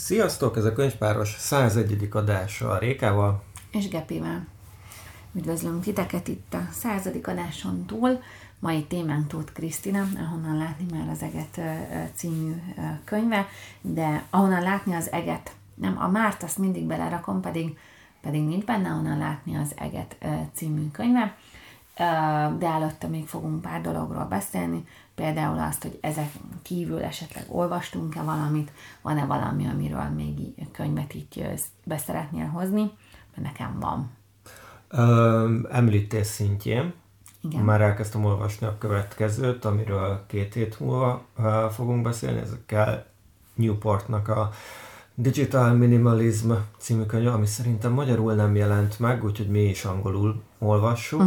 Sziasztok! Ez a Könyvpáros 101. adása a Rékával és Gepivel. Üdvözlünk titeket itt a 100. adáson túl. Mai témánk Tóth Krisztina, ahonnan látni már az Eget című könyve, de ahonnan látni az Eget, nem, a Márt azt mindig belerakom, pedig nincs benne, ahonnan látni az Eget című könyve, de előtte még fogunk pár dologról beszélni, például azt, hogy ezek kívül esetleg olvastunk-e valamit, van-e valami, amiről még könyvet így be szeretnél hozni, mert nekem van. Említés szintjén. Igen. Már elkezdtem olvasni a következőt, amiről 2 hét múlva fogunk beszélni. Ezekkel Newportnak a Digital Minimalism című könyve, ami szerintem magyarul nem jelent meg, úgyhogy mi is angolul olvassuk.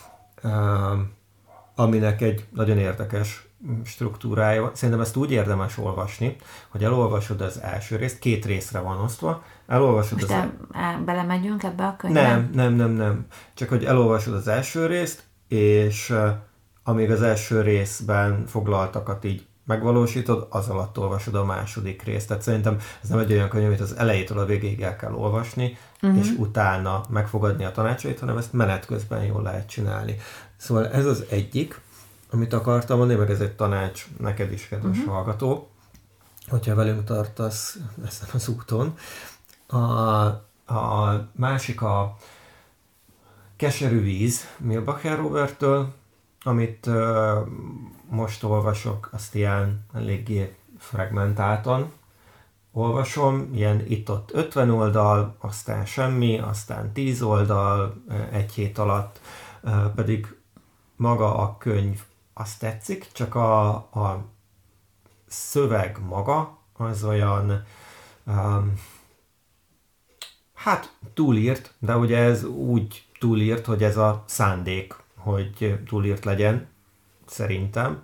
Aminek egy nagyon érdekes struktúrája van. Szerintem ezt úgy érdemes olvasni, hogy elolvasod az első részt, 2 részre van osztva. Elolvasod most belemegyünk ebbe a könyvbe? Nem. Csak hogy elolvasod az első részt, és amíg az első részben foglaltakat így megvalósítod, az alatt olvasod a második részt. Tehát szerintem ez nem egy olyan könyv, amit az elejétől a végéig el kell olvasni, és utána megfogadni a tanácsait, hanem ezt menet közben jól lehet csinálni. Szóval ez az egyik, amit akartam mondani, meg ez egy tanács neked is, kedves hallgató, hogyha velünk tartasz ezen az úton. A másik a Keserű víz Milbacher Roberttől, amit most olvasok, azt ilyen eléggé fragmentáltan olvasom, ilyen itt-ott 50 oldal, aztán semmi, aztán 10 oldal egy hét alatt, pedig maga a könyv azt tetszik, csak a szöveg maga az olyan túlírt, de ugye ez úgy túlírt, hogy ez a szándék, hogy túlírt legyen, szerintem.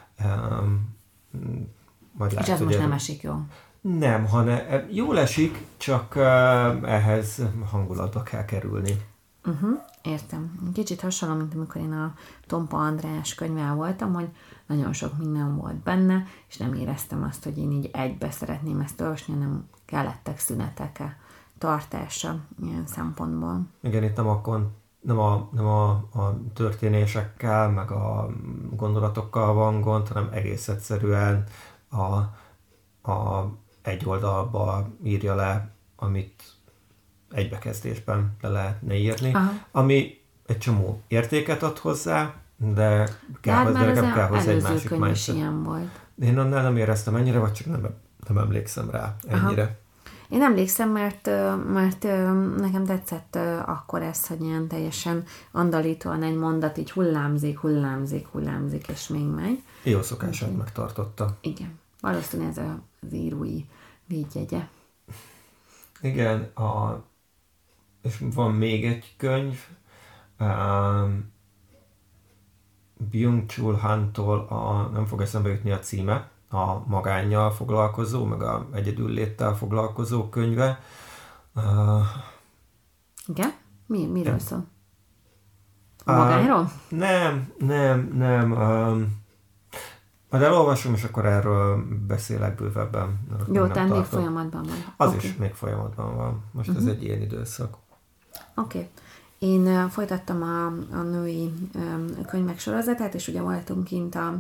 És ez most nem esik jól? Nem, hanem jól esik, csak ehhez hangulatba kell kerülni. Értem. Kicsit hasonló, mint amikor én a Tompa András könyvvel voltam, hogy nagyon sok minden volt benne, és nem éreztem azt, hogy én így egybe szeretném ezt olvasni, hanem kellettek szünetek a tartása ilyen szempontból. Igen, itt nem a történésekkel, meg a gondolatokkal van gond, hanem egész egyszerűen a egy oldalba írja le, amit egy bekezdésben le lehetne írni, ami egy csomó értéket ad hozzá, de kell hozzá egy másik mindset. Én annál nem éreztem ennyire, vagy csak nem emlékszem rá ennyire. Aha. Én emlékszem, mert nekem tetszett akkor ez, hogy ilyen teljesen andalítóan egy mondat így hullámzik, és még megy. Jó szokását megtartotta. Igen. Valószínűleg ez az írói védjegye. Igen, és van még egy könyv, Byung-Chul Han-tól, nem fog eszembe jutni a címe, a magánnyal foglalkozó, meg a egyedülléttel foglalkozó könyve. Igen? Miről szól? A magányról? Nem. Majd elolvasom, és akkor erről beszélek bővebben. Jó, tehát még folyamatban van. Az is még folyamatban van. Most ez egy ilyen időszak. Oké. Én folytattam a női könyvek sorozatát, és ugye voltunk kint a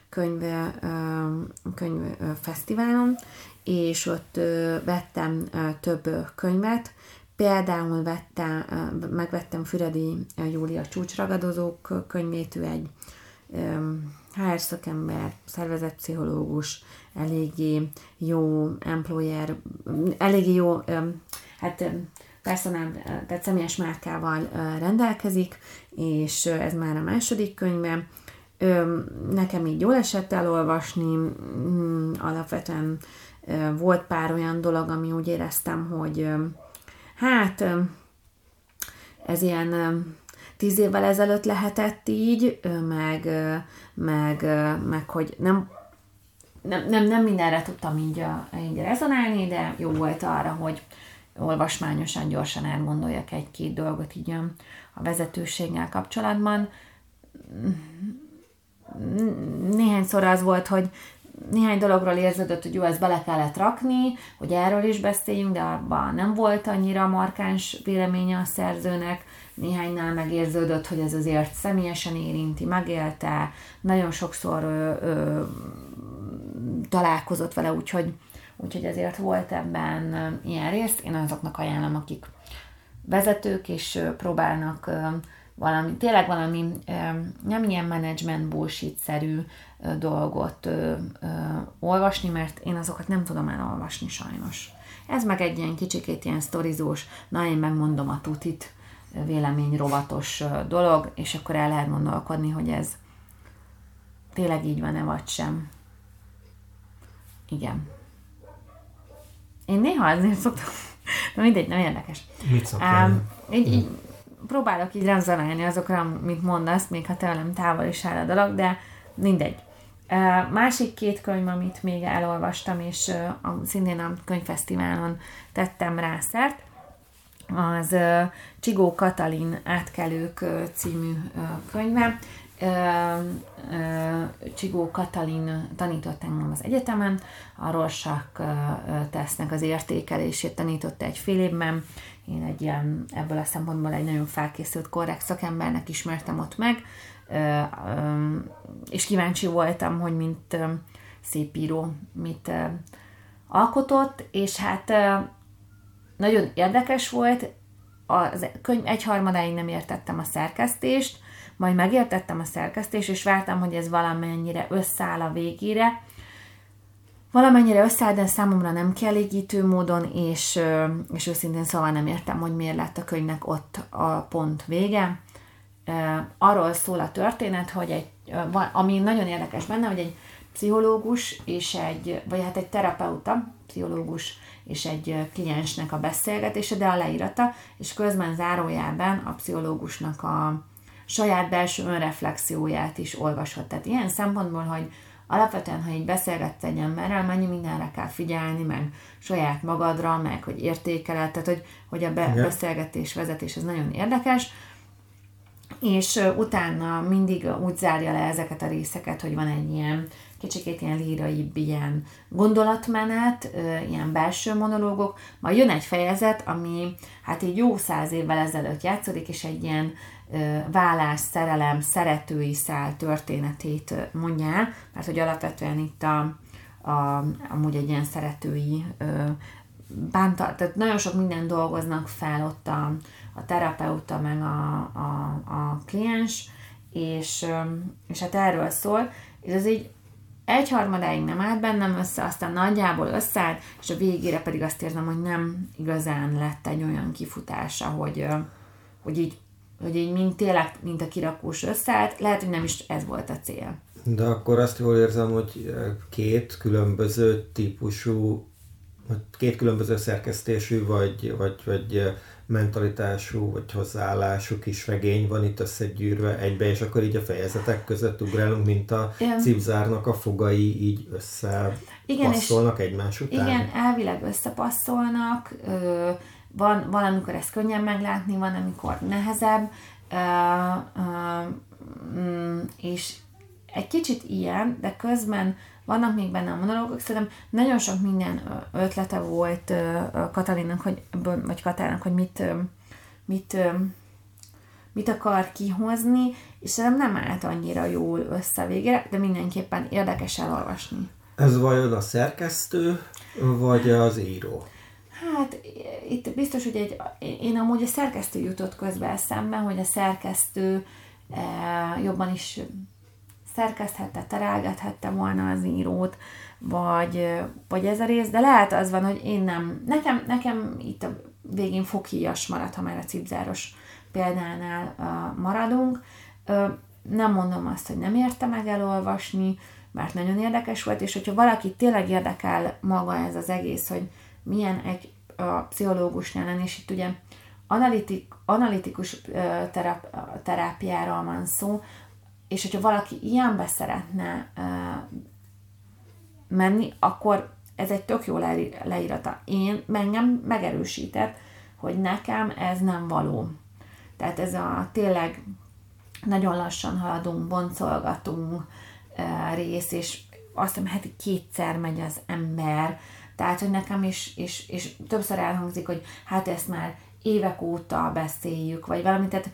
könyvfesztiválon, és ott vettem több könyvet. Például megvettem Füredi Júlia Csúcsragadozók könyvét, ő egy HR szakember, szervezetpszichológus, eléggé jó employer, eléggé jó personál, tehát személyes márkával rendelkezik, és ez már a második könyve. Nekem így jól esett elolvasni, alapvetően volt pár olyan dolog, ami úgy éreztem, hogy ez ilyen 10 évvel ezelőtt lehetett így, meg hogy nem mindenre tudtam így rezonálni, de jó volt arra, hogy olvasmányosan, gyorsan átgondoljak 1-2 dolgot így a vezetőséggel kapcsolatban. Néhányszor az volt, hogy néhány dologról érződött, hogy jó, ezt bele kellett rakni, hogy erről is beszéljünk, de abban nem volt annyira markáns véleménye a szerzőnek. Néhánynál megérződött, hogy ez azért személyesen érinti, megélte, nagyon sokszor találkozott vele, úgyhogy ezért volt ebben ilyen rész. Én azoknak ajánlom, akik vezetők, és próbálnak tényleg valami nem ilyen management bullshit-szerű dolgot olvasni, mert én azokat nem tudom elolvasni sajnos. Ez meg egy ilyen kicsikét ilyen sztorizós, na én megmondom a tutit, véleményrovatos dolog, és akkor el lehet gondolkodni, hogy ez tényleg így van-e vagy sem. Igen. Én néha azért szoktam, de mindegy, nem érdekes. Mit szoktam? Így próbálok így rezonálni azokra, amit mondasz, még ha tőlem távol is áll a dolog, de mindegy. Másik 2 könyv, amit még elolvastam, és szintén a könyvfesztiválon tettem rá szert, az Csigó Katalin Átkelők című könyve. Csigó Katalin tanított engem az egyetemen, a Rorschach tesznek az értékelését tanította egy fél évben. Én egy ilyen, ebből a szempontból egy nagyon felkészült, korrekt szakembernek ismertem ott meg, és kíváncsi voltam, hogy mint szépíró mit alkotott, és hát nagyon érdekes volt, a könyv 1/3 nem értettem a szerkesztést, majd megértettem a szerkesztést, és vártam, hogy ez valamennyire összeáll a végére. Valamennyire összeáll, de számomra nem kielégítő módon, és őszintén szóval nem értem, hogy miért lett a könyvnek ott a pont vége. Arról szól a történet, hogy ami nagyon érdekes benne, hogy egy pszichológus és egy terapeuta, pszichológus és egy kliensnek a beszélgetése, de a leírata, és közben zárójában a pszichológusnak a saját belső önreflexióját is olvashat. Tehát ilyen szempontból, hogy alapvetően, ha így beszélgetsz egy emberrel, mennyi mindenre kell figyelni, meg saját magadra, meg hogy értékeled, tehát hogy a beszélgetés, vezetés, ez nagyon érdekes, és utána mindig úgy zárja le ezeket a részeket, hogy van egy ilyen kicsikét ilyen líraibb ilyen gondolatmenet, ilyen belső monológok, majd jön egy fejezet, ami hát így jó 100 évvel ezelőtt játszódik, és egy ilyen vállás, szerelem, szeretői szál történetét mondja el, mert hogy alapvetően itt amúgy egy ilyen szeretői tehát nagyon sok mindent dolgoznak fel ott a terapeuta, meg a kliens, és hát erről szól, és ez így 1/3 nem állt bennem össze, aztán nagyjából összeállt, és a végére pedig azt érzem, hogy nem igazán lett egy olyan kifutása, hogy így mint a kirakós összeállt, lehet, hogy nem is ez volt a cél. De akkor azt jól érzem, hogy 2 különböző típusú, 2 különböző szerkesztésű, vagy mentalitású, vagy hozzáállású kis regény van itt összegyűrve egybe, és akkor így a fejezetek között ugrálunk, mint a cipzárnak a fogai így összepasszolnak egymás után. Igen, elvileg összepasszolnak, van amikor ez könnyen meglátni, van amikor nehezebb, és egy kicsit ilyen, de közben vannak még benne a monológok, szerintem nagyon sok minden ötlete volt Katalinnak, vagy Katának, hogy mit akar kihozni, és szerintem nem állt annyira jól össze végére, de mindenképpen érdekes elolvasni. Ez vajon a szerkesztő, vagy az író? Hát itt biztos, hogy én amúgy a szerkesztő jutott közben eszembe, hogy a szerkesztő jobban is szerkeszthette, terelgethette volna az írót, vagy ez a rész, de lehet az van, hogy én nem, nekem itt a végén foghíjas maradt, ha már a cipzáros példánál maradunk. Nem mondom azt, hogy nem érte meg elolvasni, mert nagyon érdekes volt, és hogyha valaki tényleg érdekel maga ez az egész, hogy milyen egy pszichológusnál lenni, és itt ugye analitikus terápiáról van szó, és hogyha valaki ilyenbe szeretne menni, akkor ez egy tök jó leírata. Engem megerősített, hogy nekem ez nem való. Tehát ez tényleg nagyon lassan haladunk, boncolgatunk rész, és azt hiszem heti 2-szer megy az ember, tehát, hogy nekem is, és többször elhangzik, hogy hát ezt már évek óta beszéljük, vagy valami, tehát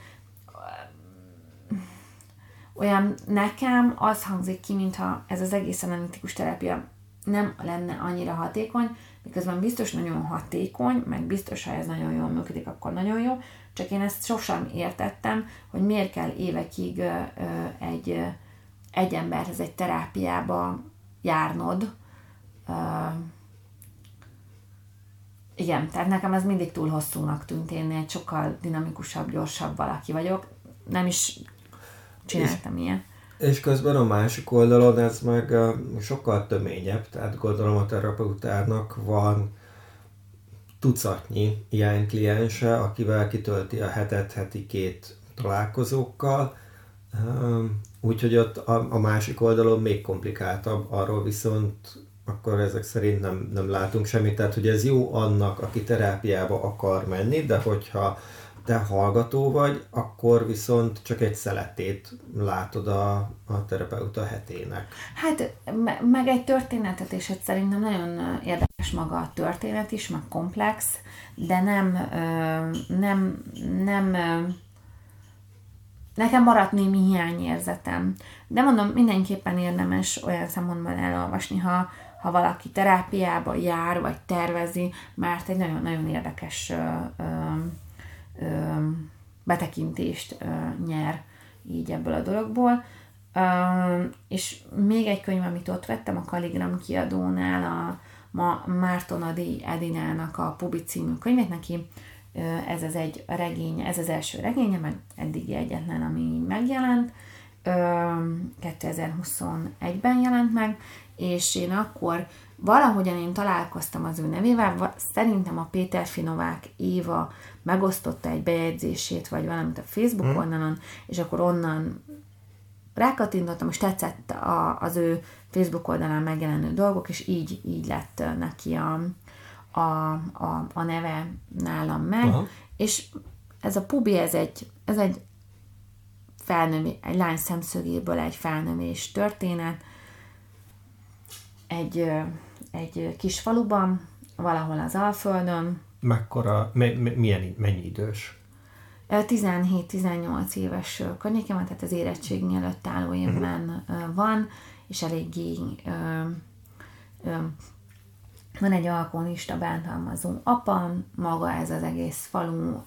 olyan nekem az hangzik ki, mintha ez az egész analitikus terápia nem lenne annyira hatékony, miközben biztos nagyon hatékony, meg biztos, ha ez nagyon jól működik, akkor nagyon jó, csak én ezt sosem értettem, hogy miért kell évekig egy emberhez egy terápiába járnod. Igen, tehát nekem ez mindig túl hosszúnak tűnt, én egy sokkal dinamikusabb, gyorsabb valaki vagyok, nem is csináltam ilyen. És közben a másik oldalon ez meg sokkal töményebb, tehát gondolom a terapeutának van tucatnyi ilyen kliense, akivel kitölti a hetet heti 2 találkozókkal, úgyhogy ott a másik oldalon még komplikáltabb, arról viszont akkor ezek szerint nem látunk semmit, tehát hogy ez jó annak, aki terápiába akar menni, de hogyha te hallgató vagy, akkor viszont csak egy szeletét látod a terapeuta hetének. Hát, meg egy történetet, és ez szerintem nagyon érdekes maga a történet is, meg komplex, de nem nekem maradt némi hiányérzetem. De mondom, mindenképpen érdemes olyan szempontból elolvasni, ha valaki terápiába jár, vagy tervezi, mert egy nagyon-nagyon érdekes betekintést nyer így ebből a dologból. És még egy könyv, amit ott vettem a Kaligram kiadónál, a Márton Edinának a Pubi című könyvet, neki ez az első regénye, meg eddigi egyetlen, ami így megjelent, 2021-ben jelent meg, és én akkor valahogyan én találkoztam az ő nevével, szerintem a Péter Finovák Éva megosztotta egy bejegyzését, vagy valamit a Facebook oldalon, és akkor onnan rákattintottam, és tetszett az ő Facebook oldalán megjelenő dolgok, és így lett neki a neve nálam meg. Aha. És ez a Pubi, ez egy egy lány szemszögéből egy felnövés történet, egy kis faluban, valahol az Alföldön. Mekkora, mennyi idős? 17-18 éves környéken van, tehát az érettségi előtt álló évben van, és eléggé van egy alkoholista bántalmazó apa, maga ez az egész falu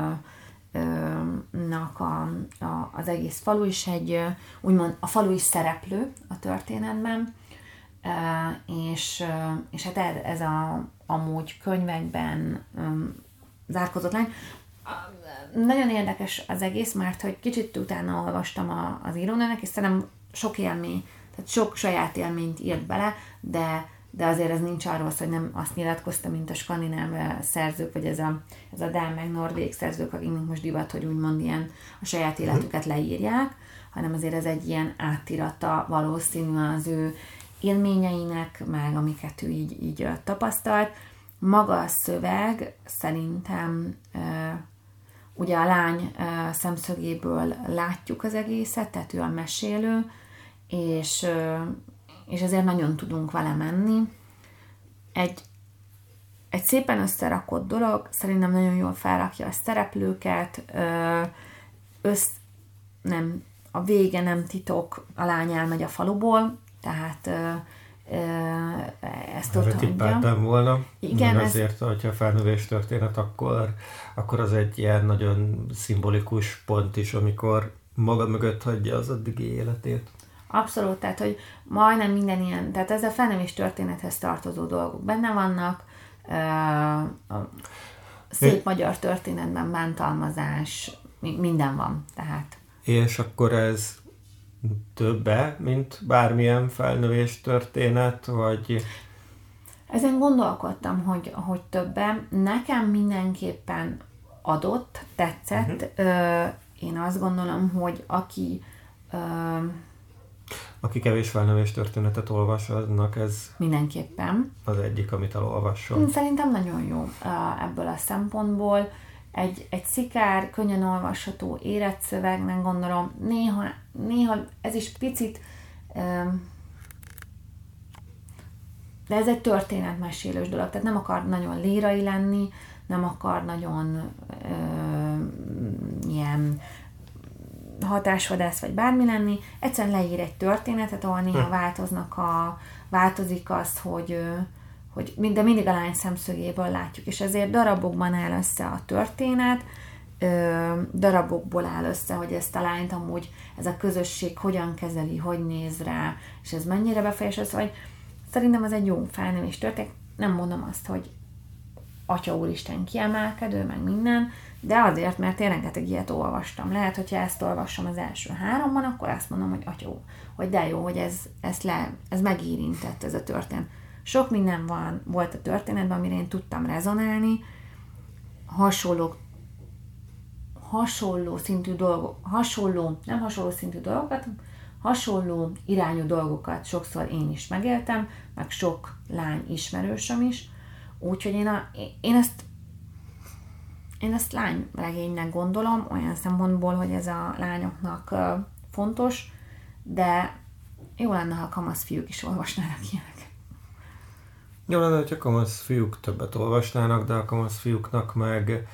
az egész falu is úgymond a falu is szereplő a történetben, és hát ez amúgy könyvekben zárkózott lány. Nagyon érdekes az egész, mert hogy kicsit utána olvastam az írónőnek, és szerintem sok élmény, tehát sok saját élményt írt bele, de azért ez nincs arról szó, hogy nem azt nyilatkozta, mint a skandináv szerzők, vagy ez a dán meg norvég szerzők, akiknek most divat, hogy úgymond ilyen a saját életüket leírják, hanem azért ez egy ilyen átírata valószínű az ő élményeinek, meg amiket ő így tapasztalt. Maga a szöveg szerintem ugye a lány szemszögéből látjuk az egészet, tehát ő a mesélő, és ezért nagyon tudunk vele menni. Egy szépen összerakott dolog, szerintem nagyon jól felrakja a szereplőket, a vége nem titok, a lány elmegy a faluból, tehát ezt ott tippeltem volna. Igen, azért, hogyha felnövés történet, akkor az egy ilyen nagyon szimbolikus pont is, amikor maga mögött hagyja az addigi életét. Abszolút, tehát, hogy majdnem minden ilyen, tehát ez a felnövés történethez tartozó dolgok benne vannak, a szép magyar történetben bántalmazás, minden van, tehát. És akkor ez többe, mint bármilyen felnövés történet, vagy... Ezen gondolkodtam, hogy többe. Nekem mindenképpen adott, tetszett. Én azt gondolom, hogy aki kevés felnövés történetet olvas, annak ez mindenképpen az egyik, amit elolvasson. Szerintem nagyon jó ebből a szempontból. Egy szikár, könnyen olvasható, érett szövegnek gondolom. Néha ez is picit de ez egy történetmesélős dolog, tehát nem akar nagyon lírai lenni, nem akar nagyon ilyen hatásvadász vagy bármi lenni, egyszerűen leír egy történetet, ahol néha változik az, hogy de mindig a lány szemszögéből látjuk, és ezért darabokban áll össze a történet, darabokból áll össze, hogy ezt a lányt amúgy ez a közösség hogyan kezeli, hogy néz rá, és ez mennyire befejezel, vagy szerintem ez egy jó felnővés történet. Nem mondom azt, hogy Atya Úristen kiemelkedő, meg minden, de azért, mert én rengeteg ilyet olvastam. Lehet, hogyha ezt olvassam az első 3-ban, akkor azt mondom, hogy Atya, hogy de jó, hogy ez megérintett ez a történet. Sok minden volt a történetben, amire én tudtam rezonálni, hasonló szintű dolgokat, hasonló irányú dolgokat sokszor én is megéltem, meg sok lány ismerősöm is, úgyhogy én ezt lányregénynek gondolom, olyan szempontból, hogy ez a lányoknak fontos, de jó lenne, ha a kamasz fiúk is olvasnának ilyenek. Jó lenne, hogy a kamasz fiúk többet olvasnának, de a kamasz fiúknak meg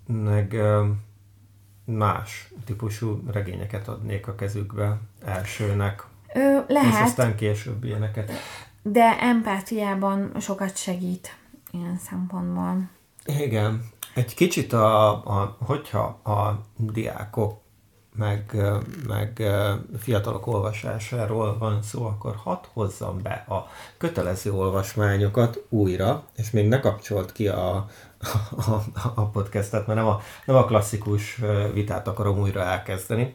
más típusú regényeket adnék a kezükbe elsőnek. Lehet. És aztán később ilyeneket. De empátiában sokat segít ilyen szempontból. Igen. Egy kicsit hogyha a diákok meg fiatalok olvasásáról van szó, akkor hadd hozzam be a kötelező olvasmányokat újra, és még ne kapcsolt ki a podcastet, mert nem a klasszikus vitát akarom újra elkezdeni.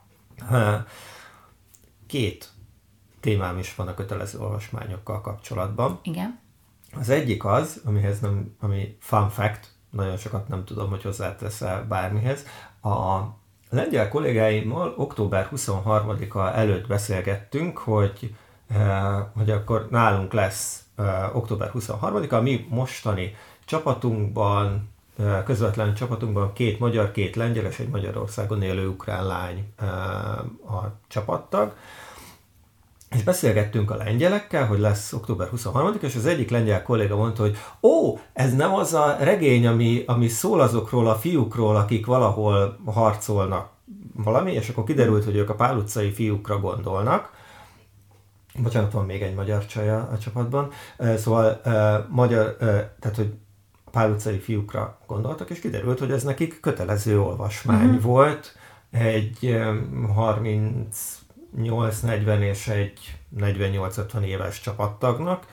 2 témám is van a kötelező olvasmányokkal kapcsolatban. Igen. Az egyik az, ami fun fact, nagyon sokat nem tudom, hogy hozzátesz-e bármihez. A lengyel kollégáimmal október 23-a előtt beszélgettünk, hogy akkor nálunk lesz október 23-a, mi mostani csapatunkban, közvetlen csapatunkban 2 magyar, 2 lengyel és egy Magyarországon élő ukrán lány a csapattag. És beszélgettünk a lengyelekkel, hogy lesz október 23-a, és az egyik lengyel kolléga mondta, hogy ez nem az a regény, ami szól azokról a fiúkról, akik valahol harcolnak valami, és akkor kiderült, hogy ők a Pál utcai fiúkra gondolnak. Bocsánat, van még egy magyar csaj a csapatban. Szóval tehát, hogy Pál utcai fiúkra gondoltak, és kiderült, hogy ez nekik kötelező olvasmány volt. Egy 38-40 és egy 48-50 éves csapattagnak.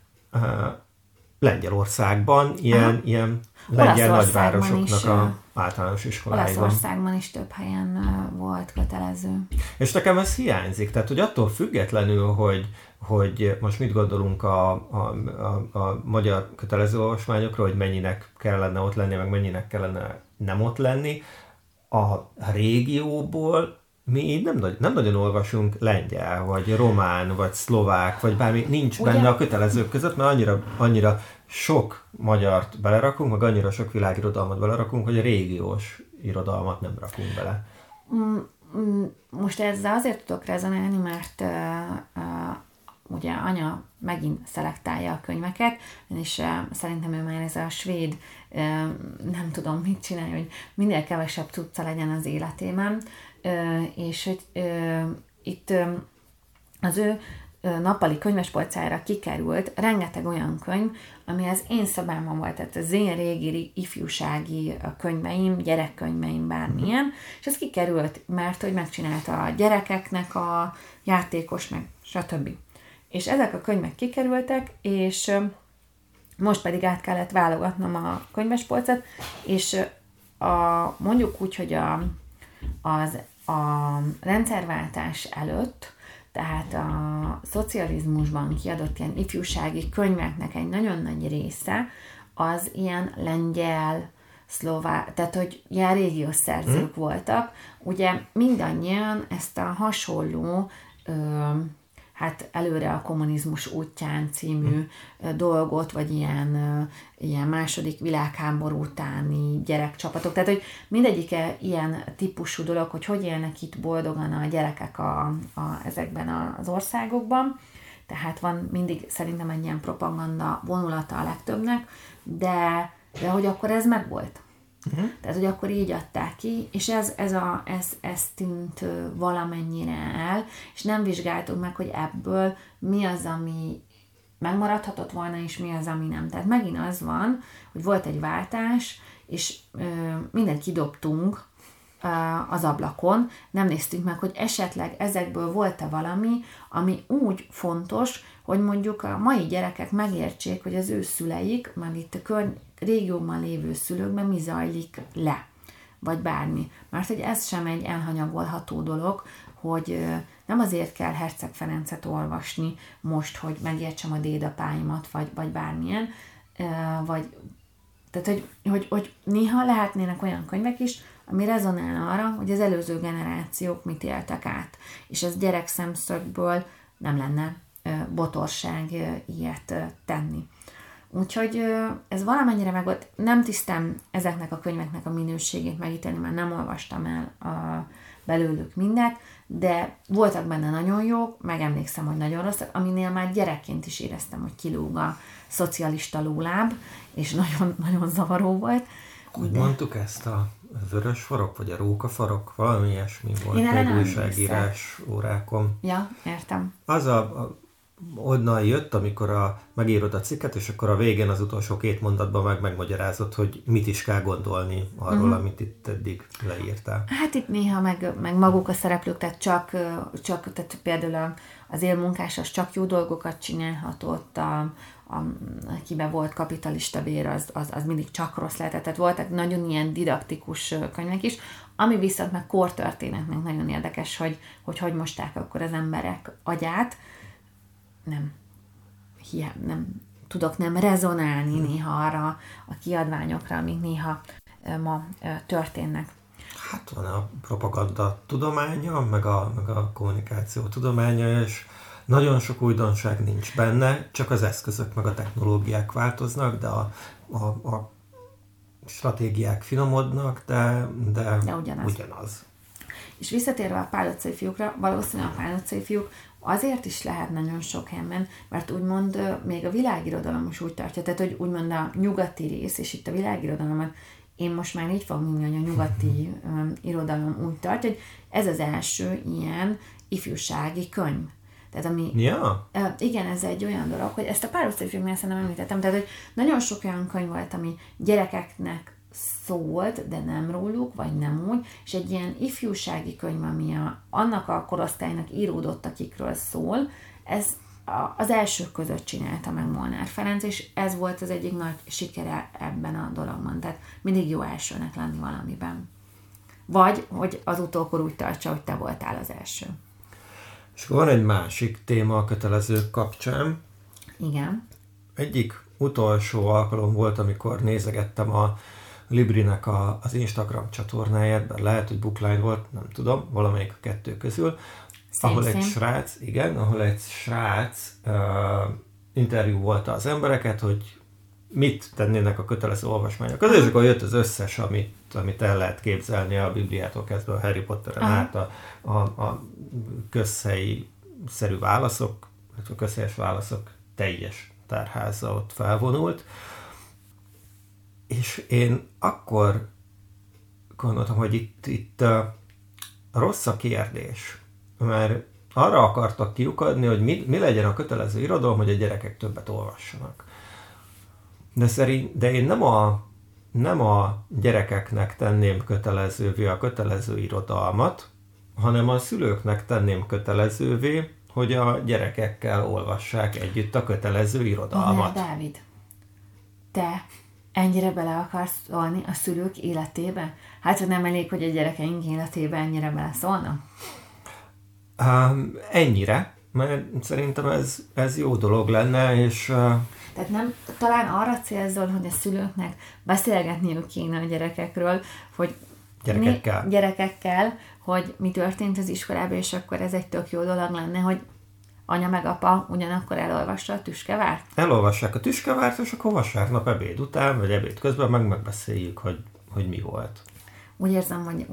Lengyelországban ilyen lengyel nagyvárosoknak a általános iskoláiban. Olaszországban is több helyen volt kötelező. És nekem ez hiányzik, tehát hogy attól függetlenül, hogy most mit gondolunk a magyar kötelező olvasmányokról, hogy mennyinek kellene ott lenni, meg mennyinek kellene nem ott lenni, a régióból mi így nem nagyon olvasunk lengyel, vagy román, vagy szlovák, vagy bármi, nincs benne a kötelezők között, mert annyira sok magyart belerakunk, meg annyira sok világirodalmat belerakunk, hogy a régiós irodalmat nem rakunk bele. Most ezzel azért tudok rezonálni, mert ugye anya megint szelektálja a könyveket, és szerintem ő már ez a svéd, nem tudom mit csinálni, hogy minél kevesebb cucca legyen az életében, és hogy itt az ő nappali könyvespolcára kikerült rengeteg olyan könyv, ami az én szobámban volt, tehát az én régi ifjúsági könyveim, gyerekkönyveim, bármilyen, és ez kikerült, mert hogy megcsinálta a gyerekeknek a játékos, meg stb. És ezek a könyvek kikerültek, és most pedig át kellett válogatnom a könyvespolcot, és mondjuk úgy, hogy a rendszerváltás előtt, tehát a szocializmusban kiadott ilyen ifjúsági könyveknek egy nagyon nagy része az ilyen lengyel, szlovák, tehát hogy ilyen régiós szerzők voltak. Ugye mindannyian ezt a hasonló hát előre a kommunizmus útján című dolgot, vagy ilyen második világháború utáni gyerekcsapatok. Tehát, hogy mindegyike ilyen típusú dolog, hogy élnek itt boldogan a gyerekek ezekben az országokban. tehát van mindig szerintem egy ilyen propaganda vonulata a legtöbbnek, de hogy akkor ez megvolt. Tehát, hogy akkor így adták ki, és ez tűnt valamennyire el, és nem vizsgáltuk meg, hogy ebből mi az, ami megmaradhatott volna, és mi az, ami nem. Tehát megint az van, hogy volt egy váltás, és mindent kidobtunk az ablakon, nem néztük meg, hogy esetleg ezekből volt-e valami, ami úgy fontos, hogy mondjuk a mai gyerekek megértsék, hogy az ő szüleik, már itt a régióban lévő szülőkben mi zajlik le, vagy bármi. Mert hogy ez sem egy elhanyagolható dolog, hogy nem azért kell Herceg Ferencet olvasni most, hogy megértsem a dédapáimat, vagy bármilyen, tehát, hogy néha lehetnének olyan könyvek is, ami rezonál arra, hogy az előző generációk mit éltek át. És ez gyerekszemszögből nem lenne botorság ilyet tenni. Úgyhogy ez valamennyire meg volt. Nem tisztem ezeknek a könyveknek a minőségét megítélni, mert nem olvastam el belőlük mindet, de voltak benne nagyon jók, meg emlékszem, hogy nagyon rosszak, aminél már gyerekként is éreztem, hogy kilóg a szocialista lóláb, és nagyon, nagyon zavaró volt. Hogy mondtuk ezt, a vörös farok, vagy a rókafarok? Valami ilyesmi volt még újságírás órákon. Ja, értem. Az onnan jött, amikor megírod a cikket, és akkor a végén az utolsó 2 mondatban megmagyarázod, hogy mit is kell gondolni arról, amit itt eddig leírtál. Hát itt néha meg maguk a szereplők, tehát csak tehát például az élmunkás az csak jó dolgokat csinálhatott, akiben volt kapitalista bér, az mindig csak rossz lehetett. Tehát voltak nagyon ilyen didaktikus könyvek is, ami viszont meg kortörténetnek nagyon érdekes, hogy mosták akkor az emberek agyát. Nem tudok nem rezonálni néha arra a kiadványokra, amik néha ma történnek. Hát van a propaganda tudománya, meg a kommunikáció tudománya, és nagyon sok újdonság nincs benne, csak az eszközök meg a technológiák változnak, de a stratégiák finomodnak, de ugyanaz. És visszatérve a Pál utcai fiúkra, valószínűleg a Pál utcai fiúk azért is lehet nagyon sok helyen, mert úgymond még a világirodalom is úgy tartja, tehát hogy úgymond a nyugati rész, és itt a világirodalomat én most már így fogom mondani, hogy a nyugati irodalom úgy tartja, hogy ez az első ilyen ifjúsági könyv. Tehát igen, ez egy olyan dolog, hogy ezt a Pál utcai fiúknál szerintem említettem, tehát hogy nagyon sok olyan könyv volt, ami gyerekeknek szólt, de nem róluk, vagy nem úgy, és egy ilyen ifjúsági könyv, ami annak a korosztálynak íródott, akikről szól, ez az elsők között csinálta meg Molnár Ferenc, és ez volt az egyik nagy sikere ebben a dologban. Tehát mindig jó elsőnek lenni valamiben. Vagy, hogy az utókor úgy tartsa, hogy te voltál az első. És van egy másik téma a kötelezők kapcsán. Igen. Egyik utolsó alkalom volt, amikor nézegettem a Librinek az Instagram csatornáját, bár lehet, hogy Bookline volt, nem tudom, valamelyik a 2 közül, ahol egy srác interjú volt az embereket, hogy mit tennének a kötelező olvasmányok. És akkor jött az összes, amit el lehet képzelni a Bibliától kezdve a Harry Potteren át a közhelyi-szerű válaszok, a közhelyes válaszok teljes tárháza ott felvonult. És én akkor gondoltam, hogy itt rossz a kérdés, mert arra akartak kiukadni, hogy mi legyen a kötelező irodalom, hogy a gyerekek többet olvassanak. De én nem a gyerekeknek tenném kötelezővé a kötelező irodalmat, hanem a szülőknek tenném kötelezővé, hogy a gyerekekkel olvassák együtt a kötelező irodalmat. Dávid, te ennyire bele akarsz szólni a szülők életébe? Hát, hogy nem elég, hogy a gyerekeink életébe ennyire beleszólnak? Ennyire, mert szerintem ez jó dolog lenne, és... Tehát nem, talán arra célzol, hogy a szülőknek beszélgetniük kéne a gyerekekről, hogy gyerekekkel, hogy mi történt az iskolában, és akkor ez egy tök jó dolog lenne, hogy anya meg apa ugyanakkor elolvassa a Tüskevárt? Elolvassák a Tüskevárt, és akkor vasárnap ebéd után, vagy ebéd közben megbeszéljük, hogy mi volt. Úgy érzem, hogy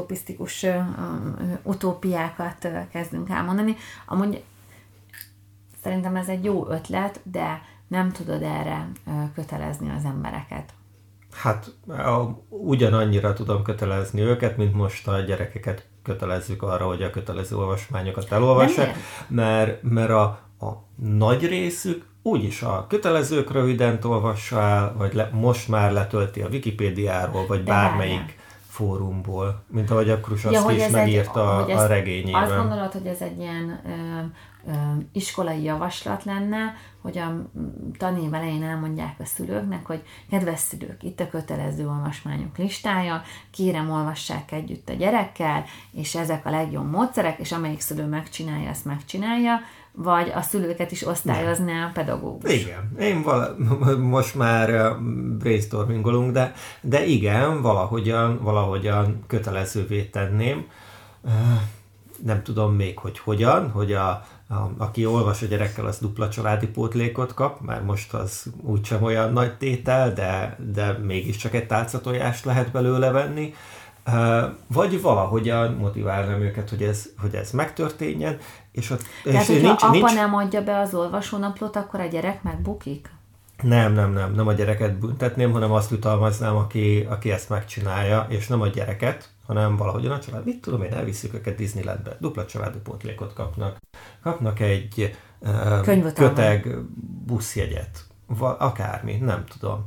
utopisztikus utópiákat kezdünk elmondani. Amúgy Szerintem ez egy jó ötlet, de nem tudod erre kötelezni az embereket. Hát ugyanannyira tudom kötelezni őket, mint most a gyerekeket kötelezzük arra, hogy a kötelező olvasmányokat elolvassák, mert a nagy részük úgyis a kötelezők röviden olvassa el, vagy most már letölti a Wikipédiáról, vagy bármelyik fórumból, mint ahogy a Krusovszki is megírta a regényében. Azt gondolod, hogy ez egy ilyen iskolai javaslat lenne, hogy a tanév elején elmondják a szülőknek, hogy kedves szülők, itt a kötelező olvasmányok listája, kérem olvassák együtt a gyerekkel, és ezek a legjobb módszerek, és amelyik szülő megcsinálja, azt megcsinálja, vagy a szülőket is osztályozná a pedagógus. Igen, most már brainstormingolunk, de igen, valahogyan kötelezővé tenném. Nem tudom még, hogy hogyan, hogy aki olvas a gyerekkel, az dupla családi pótlékot kap, már most az úgysem olyan nagy tétel, de mégiscsak egy tálcatojást lehet belőle venni. Vagy valahogyan motiválnám őket, hogy ez megtörténjen. Tehát, hogyha apa nem adja be az olvasónaplót, akkor a gyerek megbukik? Nem a gyereket büntetném, hanem azt jutalmaznám, aki ezt megcsinálja, és nem a gyereket, hanem valahogyan a család. Mit tudom én, elviszük őket Disneylandbe, dupla családi pótlékot kapnak. Kapnak egy köteg buszjegyet, akármi, nem tudom.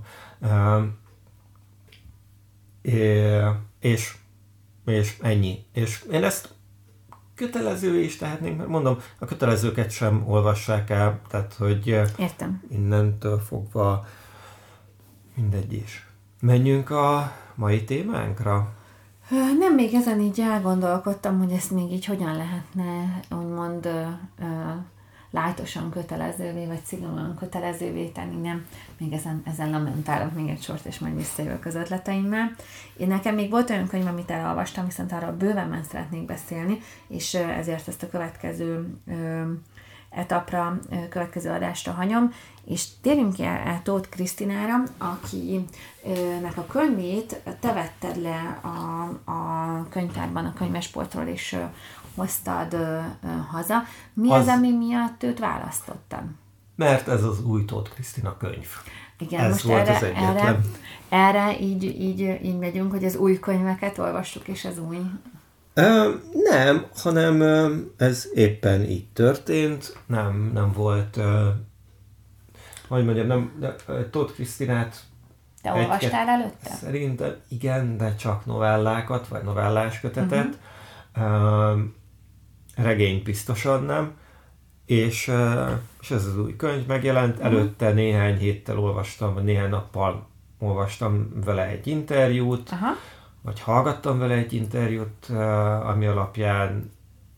És ennyi. És én ezt kötelező is tehetnénk, mert mondom, a kötelezőket sem olvassák el, tehát hogy értem. Innentől fogva mindegy is. Menjünk a mai témánkra? Nem, még ezen így elgondolkodtam, hogy ezt még így hogyan lehetne, úgymond lájtosan kötelezővé, vagy szigorúan kötelezővé tenni, nem. Még ezen lamentálok még egy sort, és majd visszajövök az ötleteimmel. Nekem még volt olyan könyv, amit elolvastam, viszont arról bőven szeretnék beszélni, és ezért ezt a következő etapra, következő adásra hagyom, és térjünk ki el Tóth Krisztinára, akinek a könyvét te vetted le a könyvtárban, a könyvespoltról, és hoztad haza. Mi az, ami miatt őt választottad? Mert ez az új Tóth Krisztina könyv. Igen, ez most volt az egyetlen. Erre így megyünk, hogy az új könyveket olvassuk, és az új... Nem, hanem ez éppen így történt. Nem volt, hogy mondjam, Tóth Krisztinát... Te olvastál előtte? Szerintem igen, de csak novellákat, vagy novellás kötetet. Regényt biztosan nem. És ez az új könyv megjelent. Előtte néhány héttel olvastam, vagy néhány nappal olvastam vele egy interjút, vagy hallgattam vele egy interjút, ami alapján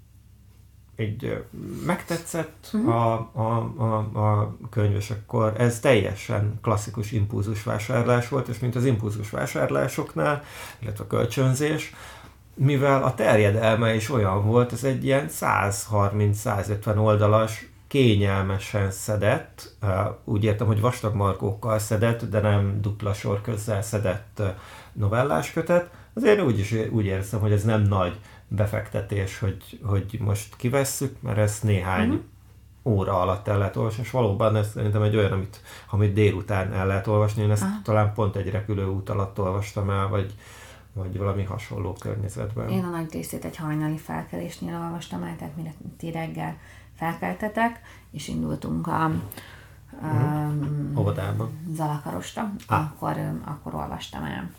megtetszett a könyv, és akkor ez teljesen klasszikus impulzusvásárlás volt, és mint az impulzusvásárlásoknál, illetve a kölcsönzés, mivel a terjedelme is olyan volt, ez egy ilyen 130-150 oldalas, kényelmesen szedett, úgy értem, hogy vastag markókkal szedett, de nem dupla sorközzel szedett novelláskötet. Azért úgy érzem, hogy ez nem nagy befektetés, hogy most kivesszük, mert ezt néhány óra alatt el lehet olvasni, és valóban ez szerintem egy olyan, amit délután el lehet olvasni. Én ezt talán pont egy repülőút alatt olvastam el, vagy valami hasonló környezetben. Én a nagy részét egy hajnali felkelésnél olvastam el, tehát mire ti reggel felkeltetek, és indultunk a óvodába. Zalakarosra, akkor olvastam el.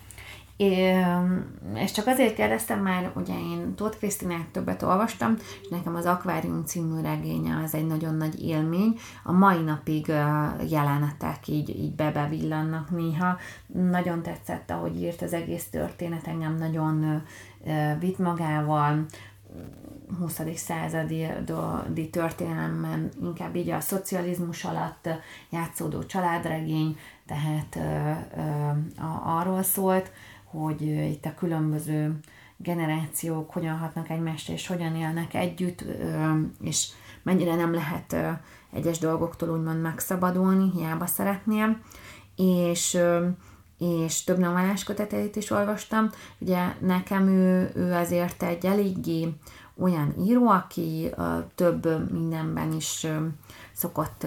És csak azért kérdeztem, mert ugye én Tóth Krisztinát többet olvastam, és nekem az Akvárium című regénye az egy nagyon nagy élmény. A mai napig jelenetek így bevillannak néha. Nagyon tetszett, ahogy írt az egész történet, engem nagyon vitt magával. 20. századi történelemben inkább így a szocializmus alatt játszódó családregény, tehát arról szólt, hogy itt a különböző generációk hogyan hatnak egymásra, és hogyan élnek együtt, és mennyire nem lehet egyes dolgoktól úgymond megszabadulni, hiába szeretném. És és több novellás köteteit is olvastam. Ugye nekem ő azért egy eléggé olyan író, aki több mindenben is szokott,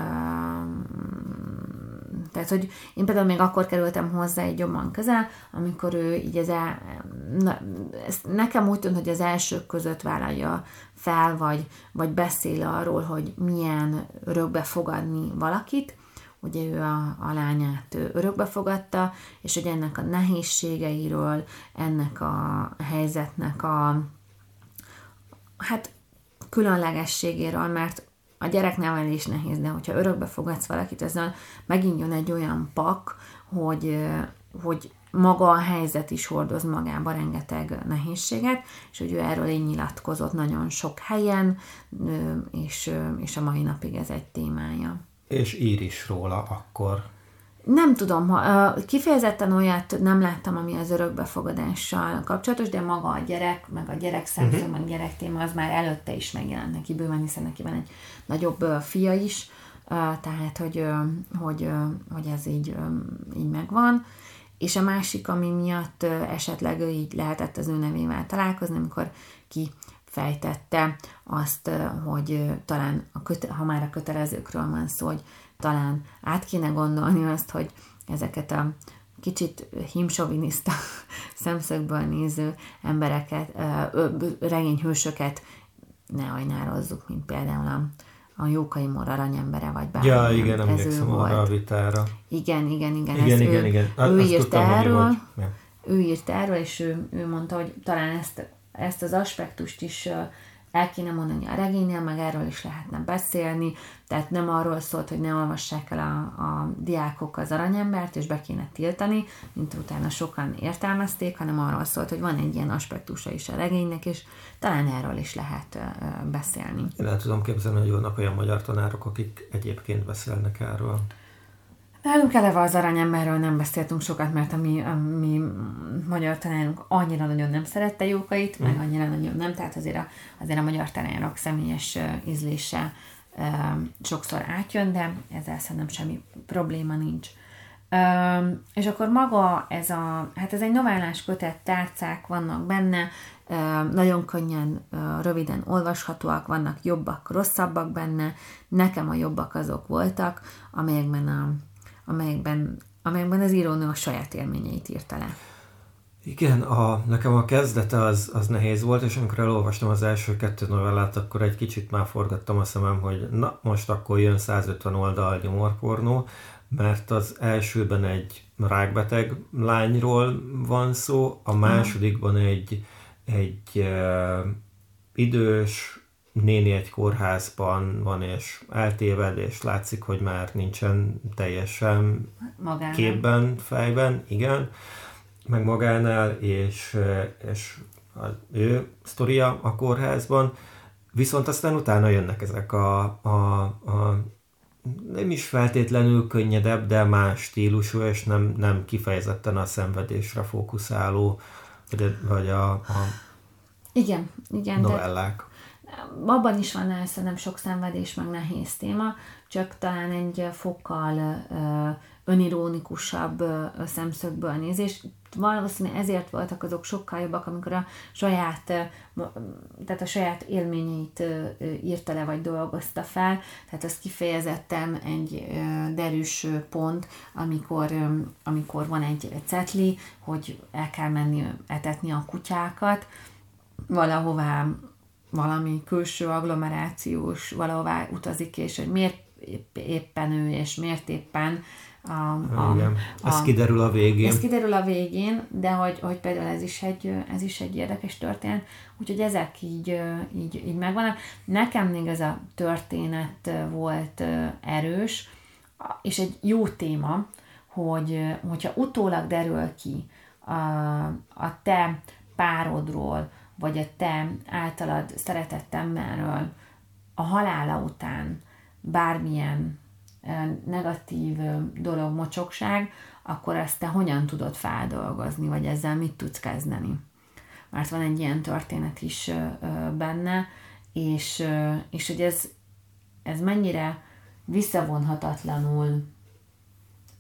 tehát, hogy én például még akkor kerültem hozzá egy jobban közel, amikor ő így nekem úgy tűnt, hogy az elsők között vállalja fel, vagy beszél arról, hogy milyen örökbe fogadni valakit. Ugye ő a lányát örökbe fogadta, és hogy ennek a nehézségeiről, ennek a helyzetnek a különlegességéről, mert a gyereknevelés nehéz, de hogyha örökbe fogadsz valakit, ezzel megint jön egy olyan pak, hogy maga a helyzet is hordoz magába rengeteg nehézséget, és hogy ő erről így nyilatkozott nagyon sok helyen, és a mai napig ez egy témája. És ír is róla akkor. Nem tudom, kifejezetten olyat nem láttam, ami az örökbefogadással kapcsolatos, de maga a gyerek, meg a gyerek szemszög, meg gyerek téma, az már előtte is megjelent neki bőven, hiszen neki van egy nagyobb fia is, tehát, hogy ez így megvan. És a másik, ami miatt esetleg így lehetett az ő nevével találkozni, amikor kifejtette azt, hogy talán, ha már a kötelezőkről van szó, hogy talán át kéne gondolni azt, hogy ezeket a kicsit hímsoviniszta szemszögből néző embereket, regényhősöket ne ajnározzuk, mint például a Jókai Mór aranyembere, vagy bármi. Ja, igen, emlékszem arra a vitára. Igen. Ő írt erről, és ő mondta, hogy talán ezt az aspektust is el kéne mondani a regénynél, meg erről is lehetne beszélni, tehát nem arról szólt, hogy ne olvassák el a diákok az aranyembert, és be kéne tiltani, mint utána sokan értelmezték, hanem arról szólt, hogy van egy ilyen aspektusa is a regénynek, és talán erről is lehet beszélni. Én el tudom képzelni, hogy vannak olyan magyar tanárok, akik egyébként beszélnek erről. Nálunk eleve az aranyemberről nem beszéltünk sokat, mert a mi magyar tanárunk annyira nagyon nem szerette Jókait, meg annyira nagyon nem, tehát azért a magyar tanárok személyes ízlése sokszor átjön, de ezzel szerintem semmi probléma nincs. És akkor maga ez egy novellás kötet, tárcák vannak benne, nagyon könnyen, röviden olvashatóak, vannak jobbak, rosszabbak benne. Nekem a jobbak azok voltak, amelyekben az írónő a saját élményeit írta le. Igen, nekem a kezdete az nehéz volt, és amikor elolvastam az első 2 novellát, akkor egy kicsit már forgattam a szemem, hogy na, most akkor jön 150 oldal gyomorpornó, mert az elsőben egy rákbeteg lányról van szó, a másodikban egy idős néni egy kórházban van, és eltéved, és látszik, hogy már nincsen teljesen képben, fejben, igen, meg magánál, és ő sztoria a kórházban, viszont aztán utána jönnek ezek a nem is feltétlenül könnyedebb, de más stílusú, és nem kifejezetten a szenvedésre fókuszáló, vagy a igen, novellák. Abban is van szerintem sok szenvedés, meg nehéz téma, csak talán egy fokkal önirónikusabb szemszögből nézés. Valószínűleg ezért voltak azok sokkal jobbak, amikor a saját élményeit írta le, vagy dolgozta fel. Tehát az kifejezetten egy derűs pont, amikor van egy cetli, hogy el kell menni etetni a kutyákat valahová, valami külső agglomerációs valahová utazik, és hogy miért éppen ő, és miért éppen ez kiderül a végén. Ez kiderül a végén, de hogy például ez is egy érdekes történet, úgyhogy ezek így megvannak. Nekem még ez a történet volt erős, és egy jó téma, hogyha utólag derül ki a te párodról, vagy a te általad szeretett emberről a halála után bármilyen negatív dolog, mocsokság, akkor ezt te hogyan tudod feldolgozni, vagy ezzel mit tudsz kezdeni. Mert van egy ilyen történet is benne, és hogy ez mennyire visszavonhatatlanul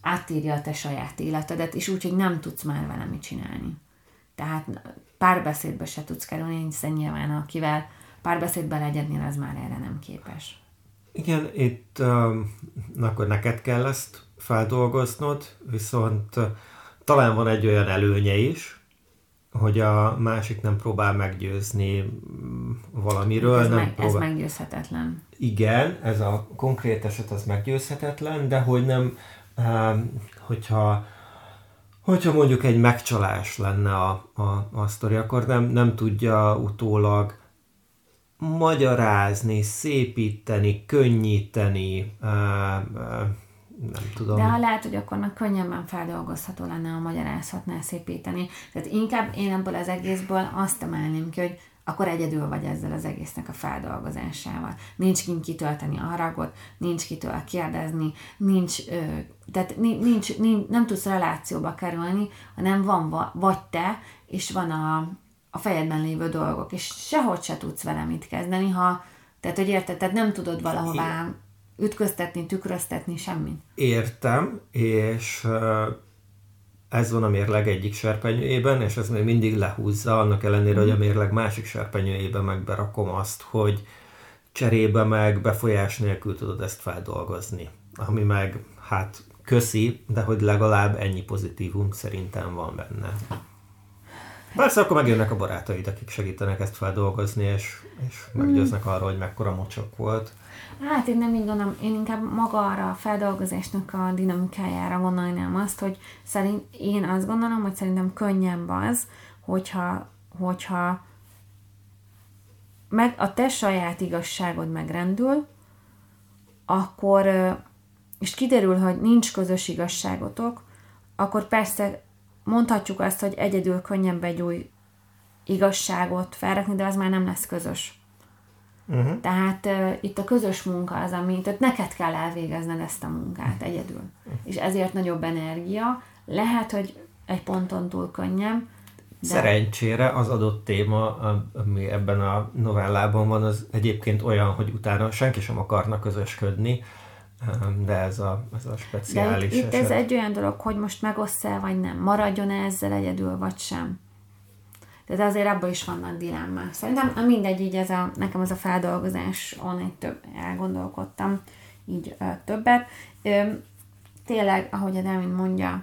átírja a te saját életedet, és úgy, hogy nem tudsz már vele mit csinálni. Tehát párbeszédbe se tudsz kerülni, hiszen nyilván akivel párbeszédbe legyednél, az már erre nem képes. Igen, itt akkor neked kell ezt feldolgoznod, viszont talán van egy olyan előnye is, hogy a másik nem próbál meggyőzni valamiről. Ez meggyőzhetetlen. Igen, ez a konkrét eset az meggyőzhetetlen, de hogy nem, hogyha mondjuk egy megcsalás lenne a sztori, akkor nem tudja utólag magyarázni, szépíteni, könnyíteni, nem tudom. De ha lehet, hogy akkor meg könnyebben feldolgozható lenne, ha magyarázhatná, szépíteni. Tehát inkább én ebből az egészből azt emelném ki, hogy akkor egyedül vagy ezzel az egésznek a feldolgozásával. Nincs kint kitölteni a haragot, nincs kitől kérdezni, nem tudsz relációba kerülni, hanem van vagy te, és van a fejedben lévő dolgok, és sehogy se tudsz vele mit kezdeni, tehát, hogy érted, tehát nem tudod valahová ütköztetni, tükröztetni, semmit. Értem, és ez van a mérleg egyik serpenyőjében, és ez még mindig lehúzza, annak ellenére, hogy a mérleg másik serpenyőjében meg berakom azt, hogy cserébe meg befolyás nélkül tudod ezt feldolgozni. Ami meg, hát köszi, de hogy legalább ennyi pozitívum szerintem van benne. Persze akkor megjönnek a barátaid, akik segítenek ezt feldolgozni, és meggyőznek arról, hogy mekkora mocsok volt. Hát én nem így gondolom, én inkább maga arra a feldolgozásnak a dinamikájára gondolnám azt, hogy én azt gondolom, hogy szerintem könnyebb az, hogyha meg a te saját igazságod megrendül, akkor, és kiderül, hogy nincs közös igazságotok, akkor persze mondhatjuk azt, hogy egyedül könnyebb egy új igazságot felrakni, de az már nem lesz közös. Uh-huh. Tehát itt a közös munka az, tehát neked kell elvégezned ezt a munkát egyedül. És ezért nagyobb energia. Lehet, hogy egy ponton túl könnyebb. De... Szerencsére az adott téma, ami ebben a novellában van, az egyébként olyan, hogy utána senki sem akarna közösködni, de ez a speciális de itt ez egy olyan dolog, hogy most megoszd-e, vagy nem. Maradjon ezzel egyedül, vagy sem. Tehát azért abban is vannak dilemmák. Szerintem mindegy, így nekem ez a feldolgozás, onnan több elgondolkodtam, így többet. Tényleg, ahogy a Dávid mondja,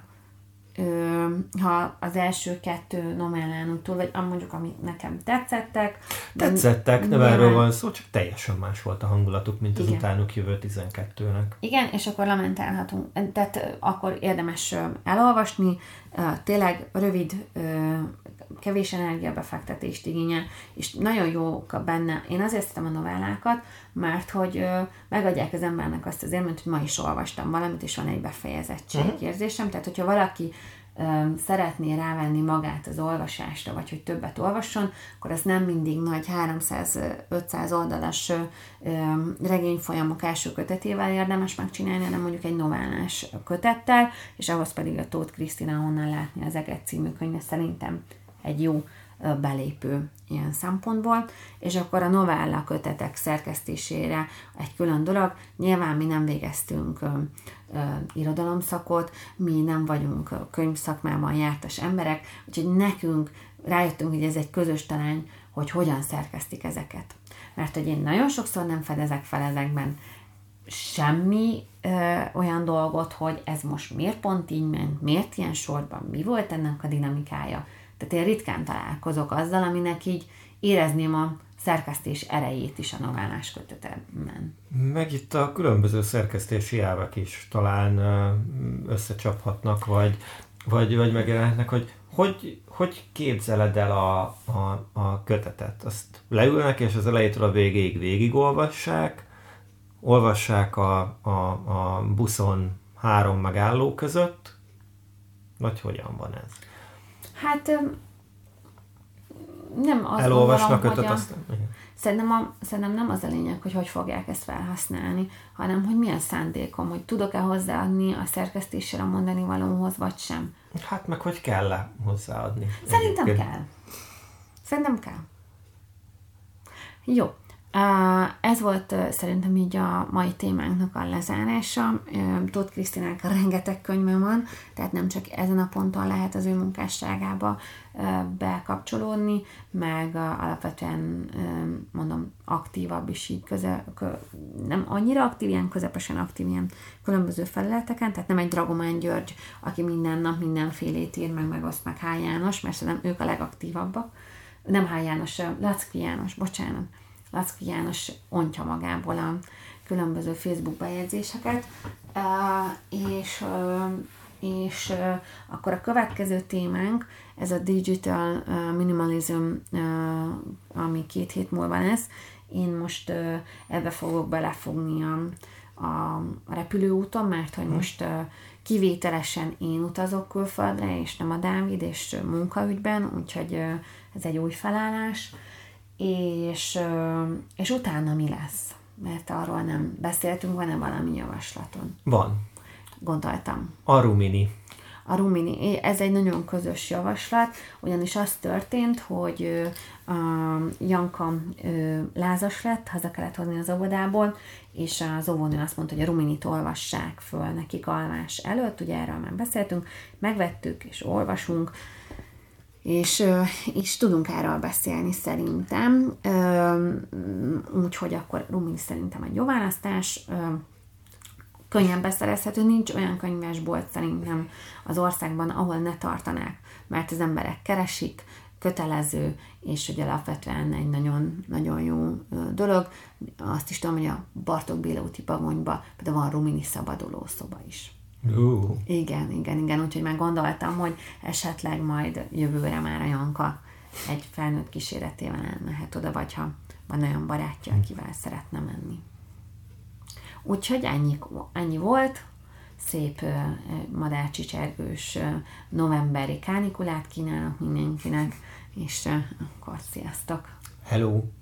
ha az első 2 novellán túl, vagy mondjuk, amit nekem tetszettek. Nem erről van szó, csak teljesen más volt a hangulatuk, mint az utánuk jövő 12-nek. Igen, és akkor lamentálhatunk. Tehát akkor érdemes elolvasni, tényleg rövid, kevés energiabefektetést igényel, és nagyon jók benne. Én azért szeretem a novellákat, mert hogy megadják az embernek azt az élményt, hogy ma is olvastam valamit, és van egy befejezettségérzésem. Tehát, hogyha valaki szeretné rávenni magát az olvasásra, vagy hogy többet olvasson, akkor az nem mindig nagy 300-500 oldalas regényfolyamok első kötetével érdemes megcsinálni, hanem mondjuk egy novellás kötettel, és ahhoz pedig a Tóth Krisztina Honnan látni az eget című könyve szerintem egy jó belépő ilyen szempontból, és akkor a novella kötetek szerkesztésére egy külön dolog. Nyilván mi nem végeztünk irodalomszakot, mi nem vagyunk könyvszakmában jártas emberek, úgyhogy nekünk rájöttünk, hogy ez egy közös talány, hogy hogyan szerkesztik ezeket. Mert hogy én nagyon sokszor nem fedezek fel ezekben semmi olyan dolgot, hogy ez most miért pont így ment, miért ilyen sorban, mi volt ennek a dinamikája. Tehát én ritkán találkozok azzal, aminek így érezném a szerkesztés erejét is a novellás kötetemben. Meg itt a különböző szerkesztési elvek is talán összecsaphatnak, vagy megjelenhetnek, hogy képzeled el a kötetet. Azt leülnek, és az elejétől a végéig olvassák a buszon 3 megálló között, vagy hogyan van ez? Hát nem az elolvasnak kötet, aztán... Szerintem nem az a lényeg, hogy fogják ezt felhasználni, hanem hogy milyen szándékom, hogy tudok-e hozzáadni a szerkesztéssel a mondani valóhoz, vagy sem. Hát meg hogy kell-e hozzáadni? Szerintem kell. Jó. Ez volt szerintem így a mai témánknak a lezárása. Tóth Krisztinának rengeteg könyve van, tehát nem csak ezen a ponton lehet az ő munkásságába bekapcsolódni, meg alapvetően mondom aktívabb is így nem annyira aktív, ilyen közepesen aktív, ilyen különböző felületeken, tehát nem egy Dragomán György, aki minden nap mindenfélét ír, meg oszt meg H. János, mert szerintem ők a legaktívabbak. Nem H. János, Laczky János, bocsánat. Laczky János ontja magából a különböző Facebook bejegyzéseket, és akkor a következő témánk, ez a Digital Minimalism, ami 2 hét múlva lesz. Én most ebbe fogok belefogni a repülőúton, mert hogy most kivételesen én utazok külföldre, és nem a Dávid, és munkaügyben, úgyhogy ez egy új felállás. És utána mi lesz? Mert arról nem beszéltünk, van-e valami javaslaton? Van. Gondoltam. A Rumini. A Rumini. Ez egy nagyon közös javaslat, ugyanis az történt, hogy Janka lázas lett, haza kellett hozni az óvodából, és az óvónő azt mondta, hogy a Ruminit olvassák föl nekik alvás előtt, ugye erről már beszéltünk, megvettük és olvasunk, és tudunk erről beszélni szerintem, úgyhogy akkor Rumini szerintem egy jó választás, könnyen beszerezhető, nincs olyan könyvesbolt szerintem az országban, ahol ne tartanák, mert az emberek keresik, kötelező, és hogy alapvetően egy nagyon, nagyon jó dolog. Azt is tudom, hogy a Bartók Béla úti Pagonyban például van Rumini szabadulószoba is. Igen, úgyhogy már gondoltam, hogy esetleg majd jövőre már a Janka egy felnőtt kíséretével elmehet oda, vagy ha van olyan barátja, akivel szeretne menni. Úgyhogy ennyi volt, szép madárcsicsergős novemberi kánikulát kínálok mindenkinek, és akkor sziasztok! Hello!